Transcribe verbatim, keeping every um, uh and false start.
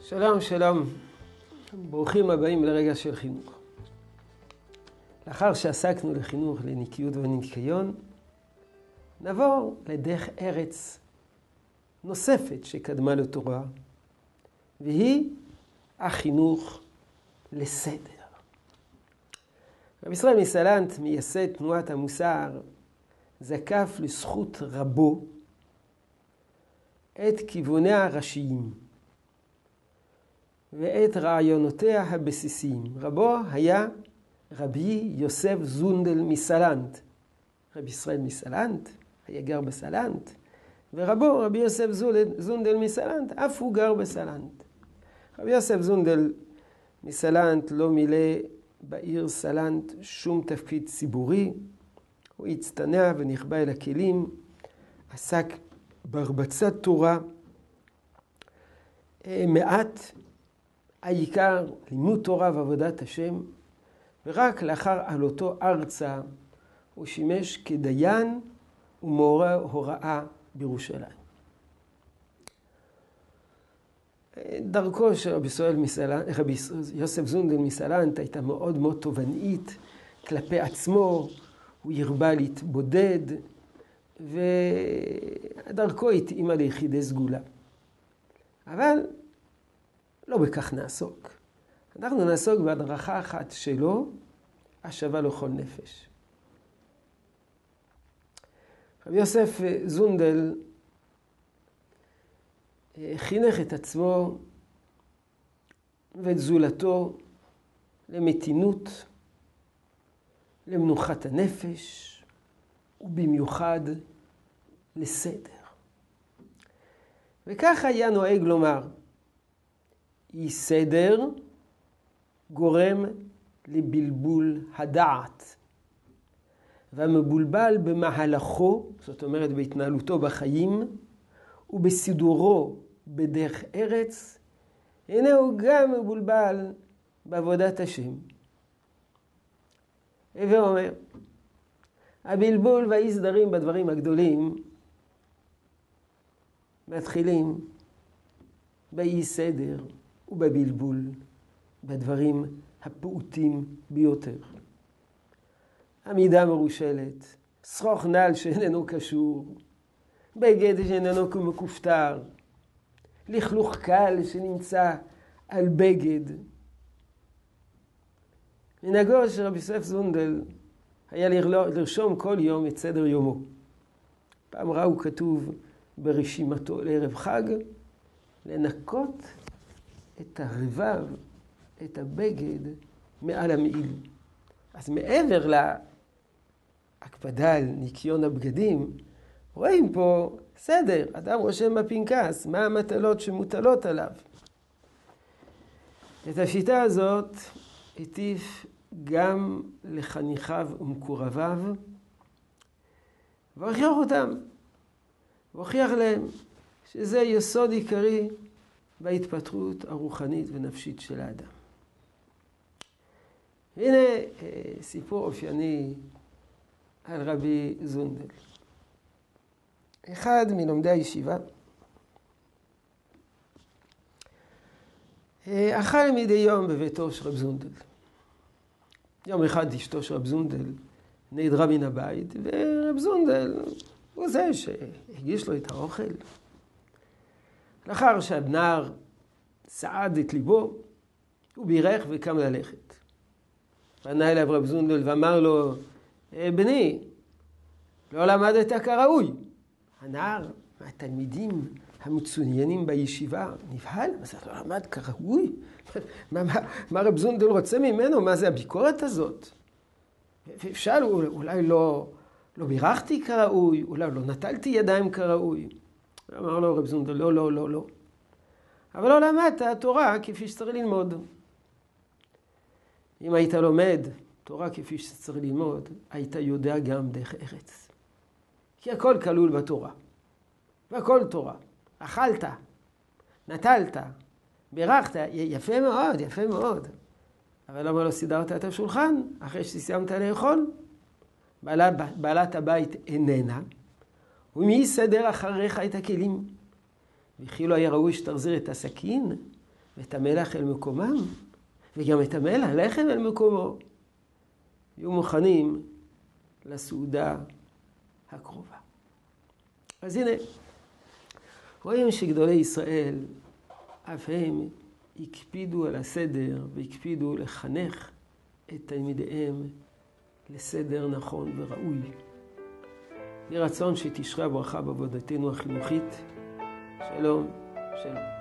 שלום, שלום. ברוכים הבאים לרגע של חינוך. לאחר שעסקנו לחינוך, לנקיות וניקיון, נעבור לדרך ארץ נוספת שקדמה לתורה, והיא החינוך לסדר. רבי ישראל מסלנט, מייסד תנועת המוסר, זקף לזכות רבו את כיווניה הראשיים ואת רעיונותיה הבסיסיים. רבו היה רבי יוסף זונדל מסלנט. רבי ישראל מסלנט היה גר בסלנט, ורבו רבי יוסף זונדל מסלנט אף הוא גר בסלנט. רבי יוסף זונדל מסלנט לא מילא בעיר סלנט שום תפקיד ציבורי. הוא הצטנע ונכבה אל הכלים, עסק בהרבצת תורה מעט, העיקר לימוד תורה ועבודת השם, ורק לאחר עלותו ארצה הוא שימש כדיין ומורה הוראה בירושלים. דרכו של רבי ישראל מסלנט, רבי יוסף זונדל מסלנט הייתה מאוד מאוד תובענית כלפי עצמו. הוא הרבה להתבודד, ודרכו התאימה ליחידי סגולה. אבל לא בכך נעסוק. אנחנו נעסוק בהדרכה אחת שלו, השווה לכל נפש. רבי יוסף זונדל חינך את עצמו ואת זולתו למתינות, למנוחת הנפש, ובמיוחד לסדר. וכך היה נוהג לומר, אי סדר גורם לבלבול הדעת, והמבולבל במהלכו, זאת אומרת בהתנהלותו בחיים, ובסידורו בדרך ארץ, הנה הוא גם מבולבל בעבודת השם. ואומר, הבלבול והאי סדרים בדברים הגדולים מתחילים באי סדר ובבלבול בדברים הפעוטים ביותר. עמידה מרושלת, שרוך נעל שאיננו קשור, בגד שאיננו כמכופתר, לכלוך קל שנמצא על בגד. מנהגו של רבי יוסף זונדל היה לרשום כל יום את סדר יומו. פעם ראו כתוב ברשימתו לערב חג, לנקות את הרבב, את הבגד, מעל המעיל. אז מעבר להקפדה על ניקיון הבגדים, רואים פה סדר. אדם רושם בפנקס מה המטלות שמוטלות עליו. את השיטה הזאת הטיף גם לחניכיו ומקורביו, והוכיח אותם, והוכיח להם שזה יסוד עיקרי בהתפתחות הרוחנית ונפשית של האדם. הנה סיפור אופייני על רבי זונדל. אחד מלומדי הישיבה אכל מדי יום בביתו של רב זונדל. יום אחד אשתו של רב זונדל נעדרה מן הבית, ורב זונדל הוא זה שהגיש לו את האוכל. לאחר שהנער סעד את ליבו, הוא בירך וקם ללכת. פנה אליו רב זונדל ואמר לו, בני, לא למדת כראוי. הנער מהתלמידים המצוינים בישיבה נבהל, מה זה לא למד כראוי? מה, מה, מה רב זונדל רוצה ממנו? מה זה הביקורת הזאת? ואפשר, אולי לא, לא בירכתי כראוי, אולי לא נטלתי ידיים כראוי. אמר לו רב זונדל, לא, לא, לא, לא. אבל לא למדת התורה כפי שצריך ללמוד. אם היית לומד תורה כפי שצריך ללמוד, היית יודע גם דרך ארץ. כי הכל כלול בתורה. והכל תורה. אכלת, נטלת, בירכת, יפה מאוד, יפה מאוד. אבל למה לא סידרת את השולחן אחרי שסיימת לאכול? בעלת, בעלת הבית איננה, ומי יסדר אחריך את הכלים? וכי לא היה ראוי שתחזיר את הסכין ואת המלח אל מקומם, וגם את המלח, לחם אל מקומו. יהיו מוכנים לסעודה הקרובה. אז הנה, רואים שגדולי ישראל, אף הם הקפידו על הסדר והקפידו לחנך את תלמידיהם לסדר נכון וראוי. יהי רצון שתשרה ברכה בעבודתנו החינוכית. שלום, שלום.